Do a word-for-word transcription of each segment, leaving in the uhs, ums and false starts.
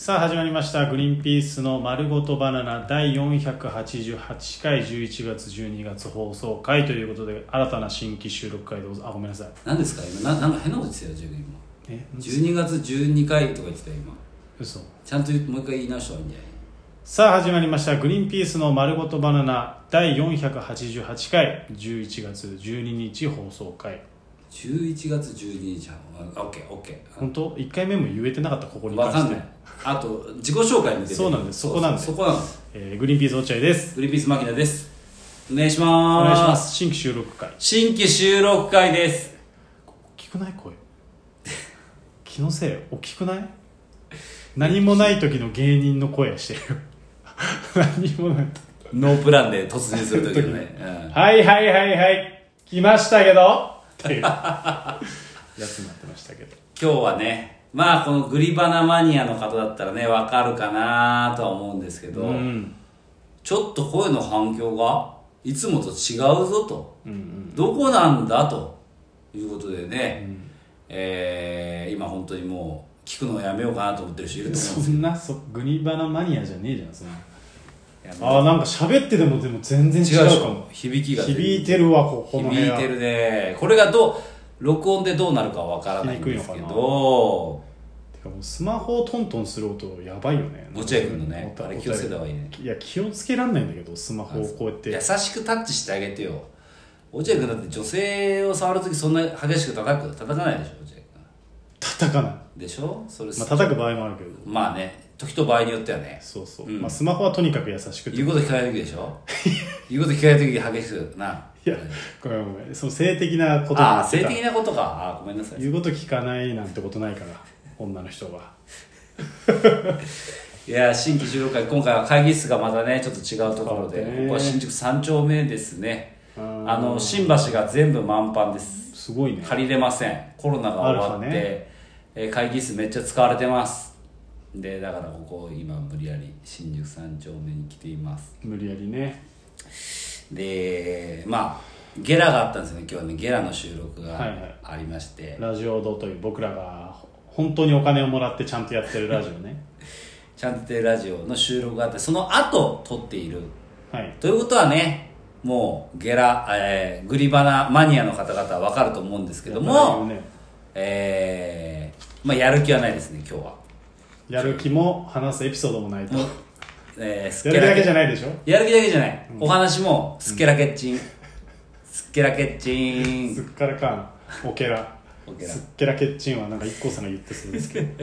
さあ始まりましたグリーンピースの丸ごとバナナだいよんひゃくはちじゅうはちかいじゅういちがつじゅうにがつ放送回ということで新たな新規収録回でございます。あ、ごめんなさい。 何ですか今 な, なんか変なこと言ってたよ自分今えじゅうにがつじゅうにかいとか言ってたよ今。 嘘。 ちゃんともう一回言い直した方がいいんじゃない？ さあ始まりましたグリーンピースの丸ごとバナナだいよんひゃくはちじゅうはちかいじゅういちがつじゅうににち放送回。 じゅういちがつじゅうににちはオッケーオッケー。 本当いっかいめも言えてなかったここに関して。分かんない。あと自己紹介に出てる。 そうなんです。そこなんです。 そこなんです、 えー、グリーンピース落合です。 グリーンピース牧野です。お願いします。 お願いします。新規収録回。 新規収録回です。 大きくない声気のせい大きくない？何もない時の芸人の声してる何もないノープランで突入する時のね、 うん、はいはいはいはい来ましたけどっていうやつになってましたけど、 今日はね、まあこのグリバナマニアの方だったらね分かるかなとは思うんですけど、うん、ちょっと声の反響がいつもと違うぞと、うんうん、どこなんだということでね、うん、えー、今本当にもう聞くのをやめようかなと思ってる人いると思うんですよ。 そんなそグリバナマニアじゃねえじゃんそんな。ああなんか喋っててもでも全然違うかも。 響きが響いてるわここの部屋。 響いてるね。これがどう録音でどうなるかわからないんですけど、てかもうスマホをトントンする音やばいよね。 落合君のねあれ気をつけた方がいいね。 いや気をつけらんないんだけどスマホをこうやって優しくタッチしてあげてよ。落合君だって女性を触るときそんな激しく叩く叩かないでしょ。落合君叩かないでしょ。それまあ叩く場合もあるけど、 まあね時と場合によってはね。 そうそう、うん、まあスマホはとにかく優しく言うこと聞かないときでしょ言うこと聞かないとき激しくないやごめんごめんその性的なことああ性的なことか。ああごめんなさい。 言うこと聞かないなんてことないから女の人は。 いや新規収録会今回は会議室がまたねちょっと違うところで、ここは新宿さん丁目ですね。あの新橋が全部満帆です。 すごいね。 借りれません。コロナが終わって、ねえー、会議室めっちゃ使われてます。でだからここ今無理やり新宿さん丁目に来ています。 無理やりね。 でまあゲラがあったんですよね今日はね。ゲラの収録がありまして、はいはい、 ラジオ堂という僕らが本当にお金をもらってちゃんとやってるラジオねちゃんとやってるラジオの収録があってその後撮っている、 はい、 ということはねもうゲラ、えー、グリバナマニアの方々は分かると思うんですけども、ねえーまあ、やる気はないですね今日は。 やる気も話すエピソードもないと、 えー、 すっけらけやる気だけじゃないでしょ。 やる気だけじゃない、うん、お話もすっけらけっちん、うん、すっけらけっちんすっからかんオケラすっけらけっちんはなんか一 こさんが言ってそうですけど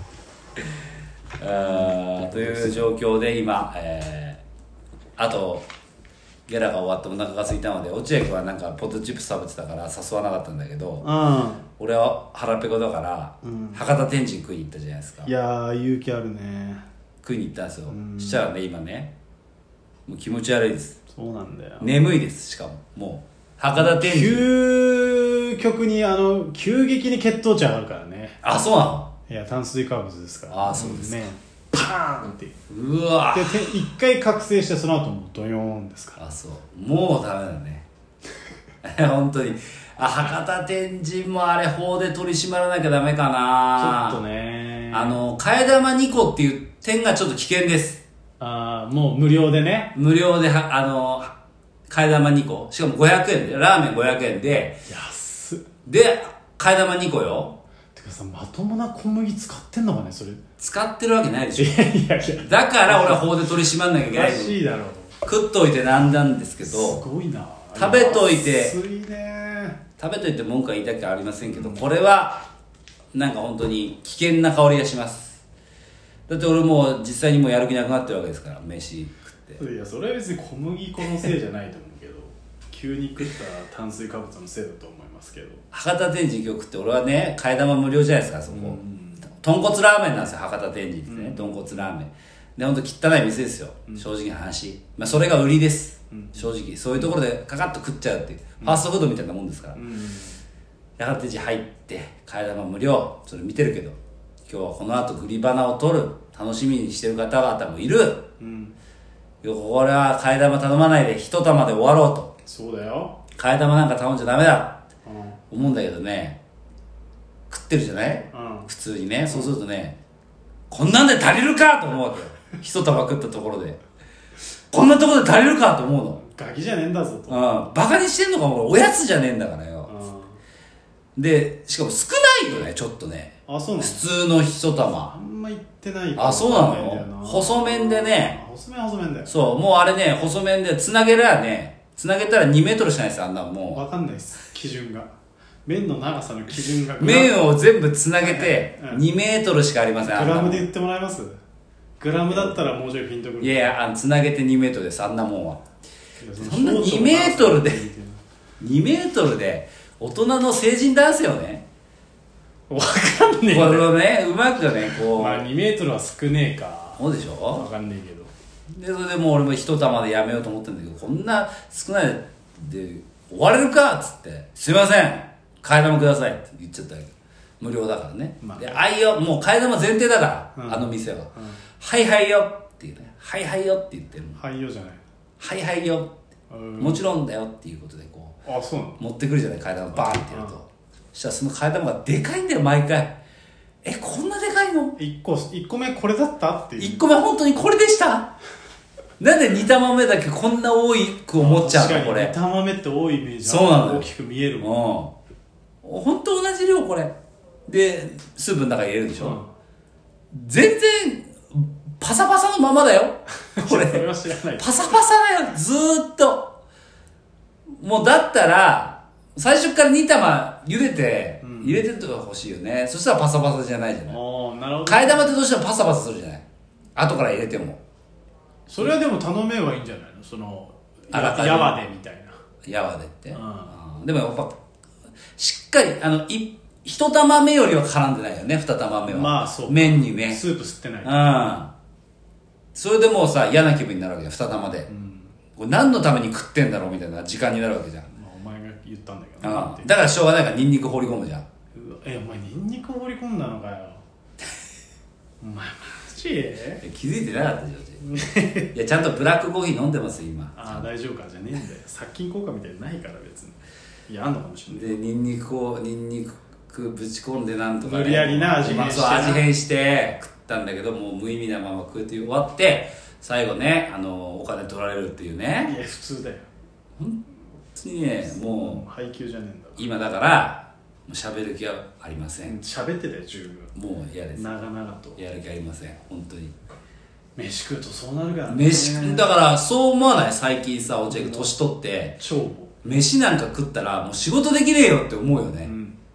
あという状況で今、えー、あとゲラが終わってお腹が空いたので落合君はなんかポテトチップス食べてたから誘わなかったんだけど、うん、俺は腹ペコだから、うん、博多天神食いに行ったじゃないですか。 いやー勇気あるね。 食いに行ったんですよ、うん、そしたらね今ねもう気持ち悪いです。 そうなんだよ。 眠いです。しかももう博多天神究極にあの急激に血糖値上がるからね。 あそうなの。 いや炭水化物ですから。 あそうですね。パーンってうわで一回覚醒してその後もドヨーンですから。 あそうもうダメだね本当にあ博多天神もあれ法で取り締まらなきゃダメかな。 ちょっとねあの替え玉にこっていう点がちょっと危険です。 ああもう無料でね無料ではあの替え玉にこしかもごひゃくえんでラーメンごひゃくえんで安っで替え玉にこよ。 てかさまともな小麦使ってんのかねそれ。 使ってるわけないでしょ。 いやいやいやだから俺は法で取り締まんなきゃいけない。 おかしいだろう。 食っといてなんなんですけどすごいな。 食べといて安いね。 食べといて文句は言いたくありませんけど、これはなんか本当に危険な香りがします。だって俺もう実際にもうやる気なくなってるわけですから飯食って。 いやそれは別に小麦粉のせいじゃないと思うけど急に食った炭水化物のせいだと思いますけど。 博多天神今日食って俺はね替え玉無料じゃないですかそこ、うん、豚骨ラーメンなんですよ博多天神ってね、うん、豚骨ラーメンで本当汚い店ですよ、うん、正直な話、まあ、それが売りです、うん、正直そういうところでカカッと食っちゃうっていう、うん、ファーストフードみたいなもんですから、うん、博多天神入って替え玉無料それ見てるけど今日はこの後グリバナを取る楽しみにしてる方々もいる、うん、これは替え玉頼まないで一玉で終わろうと。 そうだよ替え玉なんか頼んじゃダメだ、うん、思うんだけどね食ってるじゃない、うん、普通にね、うん、そうするとねこんなんで足りるかと思うわけよ。一玉食ったところで。こんなところで足りるかと思うの。 ガキじゃねえんだぞと。 うん。バカにしてんのかも、おやつじゃねえんだからよ。で、しかも少ないよね、ちょっとね。 あ、そうなの？ 普通の一玉。 あんま言ってないから。 あ、そうなの？細麺でね。 細麺細麺だよ。 そう、もうあれね、細麺で繋げりゃね、繋げたらにメートルしないですよ、あんなもう。 わかんないです、基準が。麺の長さの基準が。 麺を全部繋げて、にメートルしかありません。 グラムで言ってもらえます？グラムだったらもうちょいピンとくる。 いやいや、あの繋げてにメートルです、あんなもんは。そんなにメートルで、にメートルで、大人の成人男性をね、 わかんねえこのね、うまくね、こう。 まあにメートルは少ねえか。 そうでしょ？ わかんねえけど。 で、それでもう俺も一玉でやめようと思ってるんだけど、こんな少ないで終われるかっつって、すいません、替え玉くださいって言っちゃったけど、無料だからね。まあ、で、あいよ、もう替え玉前提だから、うん、あの店は、うん。はいはいよっていうね、はいはいよって言ってるの。 はいよじゃない。 はいはいよ、もちろんだよっていうことでこう、 あ、そうなの？ 持ってくるじゃない、替え玉バーンってやると。そしたらその替え玉がでかいんだよ、毎回。え、こんなでかいの？ いっこ、いっこめこれだったっていう。 いっこめ本当にこれでした？なんでに玉目だけこんな多く思っちゃうのこれ。 に玉目って多いイメージ。 そうなのよ。 大きく見えるもん。うん。本当同じ量これ。で、スープの中に入れるでしょ。うん、全然、パサパサのままだよ。これ。 それは知らない。 パサパサだよ、ずーっと。もうだったら、最初からに玉茹でて、うん、入れてるとか欲しいよね。そしたらパサパサじゃないじゃない。 おー、なるほど。 替え玉ってどうしてもパサパサするじゃない。後から入れても。 それはでも頼めばいいんじゃないの？その、やわでみたいな。 やわでって。うん、でもやっぱ、しっかり、あの、い、一玉目よりは絡んでないよね、二玉目は。 まあそう。 麺にね。 スープ吸ってない。 うん。それでもうさ、嫌な気分になるわけじゃん、二玉で。うん、これ何のために食ってんだろうみたいな時間になるわけじゃん。 まあ、お前が言ったんだけど、 ね。うん。だからしょうがないからニンニク放り込むじゃん。 え、お前ニンニク放り込んだのかよ。お前マジ？ 気づいてなかったでしょ。いや、ちゃんとブラックコーヒー飲んでますよ、今。 ああ、大丈夫かじゃねえんだよ。殺菌効果みたいなのないから別に。いや、あんのかもしれない。 で、ニンニクを、ニンニクぶち込んでなんとか、ね。 無理やりな味変して。 そう、味変して食ったんだけど、もう無意味なまま食って終わって、最後ね、あの、お金取られるっていうね。 いや、普通だよ。 本当にね、もう。 配給じゃねえんだ。 今だから、喋る気はありません。 喋ってたよ、十分。もう嫌です。 長々と。 やる気ありません、本当に。 飯食うとそうなるからね。 飯、だからそう思わない？最近さ、落合君年取って、 超飯なんか食ったらもう仕事できねえよって思うよね。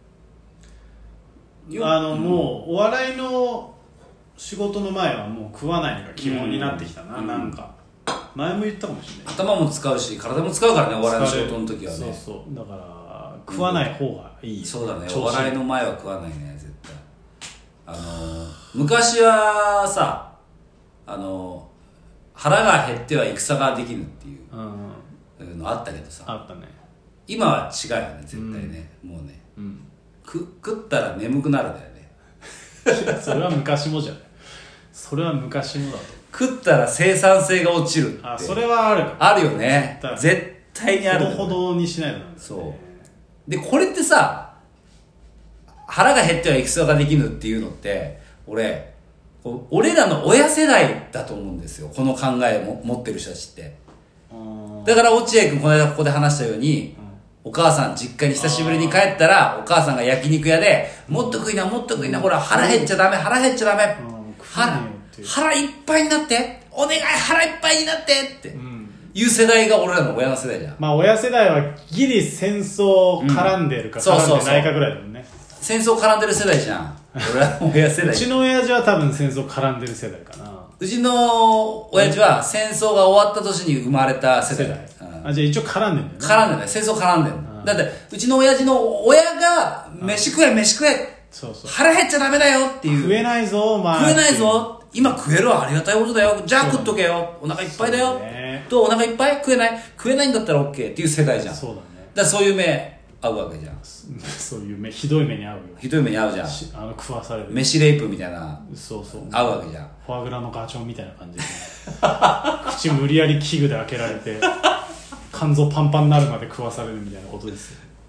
うん、あの、うん、もうお笑いの仕事の前はもう食わないのが基本になってきたな、うん、なんか前も言ったかもしれない。 頭も使うし体も使うからね、お笑いの仕事の時はね。 そうそう、だから食わない方がいい、 うん、そうだね、お笑いの前は食わないね、絶対。あの昔はさ、あの腹が減っては戦ができぬっていうのあったけどさ、 あったね。 今は違うよね、絶対ね、うん、もうね、うん、く食ったら眠くなるんだよね。 それは昔もじゃない。それは昔もだと。 食ったら生産性が落ちるって。 あ、それはあるか。 あるよね、絶対にある、 ね。ほどほどにしないとなんですね。 そうで、これってさ、腹が減っては戦ができぬっていうのって、俺俺らの親世代だと思うんですよ、この考えを持ってる人たちって。だから落合君この間ここで話したように、うん、お母さん実家に久しぶりに帰ったらお母さんが焼肉屋でもっと食いなもっと食いな、ほら腹減っちゃダメ腹減っちゃダメ、うん、腹, 腹いっぱいになってお願い腹いっぱいになってって、うん、いう世代が俺らの親の世代じゃん。 まあ親世代はギリ戦争絡んでるか絡んでないかぐらいだもんね。 戦争絡んでる世代じゃん。俺は親世代。 うちの親父は多分戦争絡んでる世代かな。 うちの親父は戦争が終わった年に生まれた世代。世代、 うん、あ、じゃあ一応絡んでんだよね。 絡んでんだよ。戦争絡んでんの。だって、うちの親父の親が、飯食え、飯食え。そうそう。腹減っちゃダメだよっていう。 食えないぞ、まあ。 食えないぞ。今食えるはありがたいことだよ。じゃあ食っとけよ。お腹いっぱいだよ。と、お腹いっぱい食えない食えないんだったら OK っていう世代じゃん。 そうだね。 だからそういう目、合うわけじゃん。 そういう目、ひどい目に合うよ。 ひどい目に合うじゃん。 あの食わされる。 飯レイプみたいな。 そうそう。 合うわけじゃん。 フォアグラのガチョウみたいな感じで、口無理やり器具で開けられて、肝臓パンパンになるまで食わされるみたいなことですよ。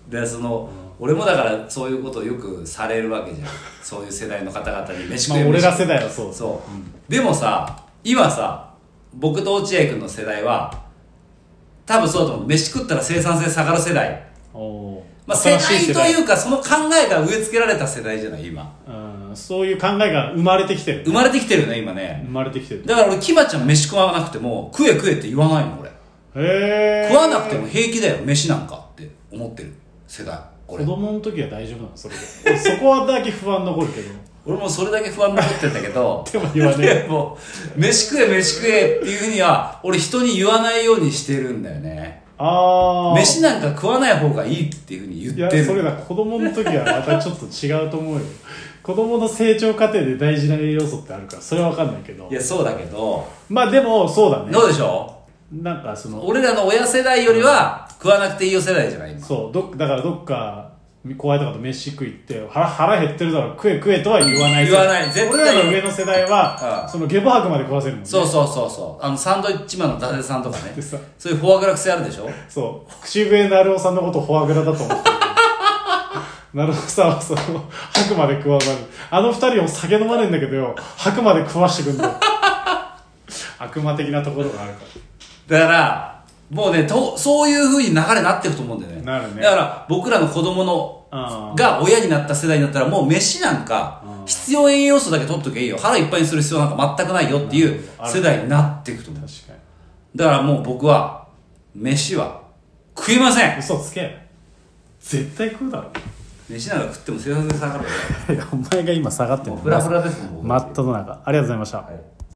でその、うん、俺もだからそういうことをよくされるわけじゃんそういう世代の方々に飯食え、 まあ、俺ら世代はそうそう、うん、でもさ今さ僕と落合君の世代は多分そうだと思う。飯食ったら生産性下がる世代。おまあ、世代というかその考えが植え付けられた世代じゃない今。 うん、そういう考えが生まれてきてる、ね、 生まれてきてるね今ね。 生まれてきてる。 だから俺キマちゃん飯食わなくても食え食えって言わないの俺。へえ。食わなくても平気だよ飯なんかって思ってる世代。 子供の時は大丈夫なのそれでそこはだけ不安残るけど俺もそれだけ不安残ってんだけどでも言わねえでも飯食え飯食えっていうふうには俺人に言わないようにしてるんだよね。ああ飯なんか食わない方がいいっていうふうに言ってる。 いやそれだ子供の時はまたちょっと違うと思うよ子供の成長過程で大事な栄養素ってあるからそれは分かんないけど。 いやそうだけどまあでもそうだね。 どうでしょう。 なんかその俺らの親世代よりは食わなくていいよ世代じゃない今。 そうどだからどっか後輩とかと飯食いって腹腹減ってるだろ食え食えとは言わない。 言わない絶対。 俺らの上の世代は、うん、そのゲボ吐くまで食わせるもんね。 そうそうそうそうあのサンドイッチマンの伊達さんとかねそういうフォアグラ癖あるでしょ。 そう口笛成尾さんのことをフォアグラだと思ってる成尾さんはその吐くまで食わさる。あの二人も酒飲まねえんだけどよ吐くまで食わしてくんだよ悪魔的なところがあるから。 だからもうねとそういう風に流れになってると思うんだよね。 なるね。 だから僕らの子供のが親になった世代になったらもう飯なんか必要栄養素だけ取っとけばいいよ腹いっぱいにする必要なんか全くないよっていう世代になっていくと思う。確かに。だからもう僕は飯は食いません。 嘘つけ。絶対食うだろ。 飯なんか食っても生産性下がるよ。 いやお前が今下がってるの。 フラフラですもん。 真っ只中。ありがとうございました。 はい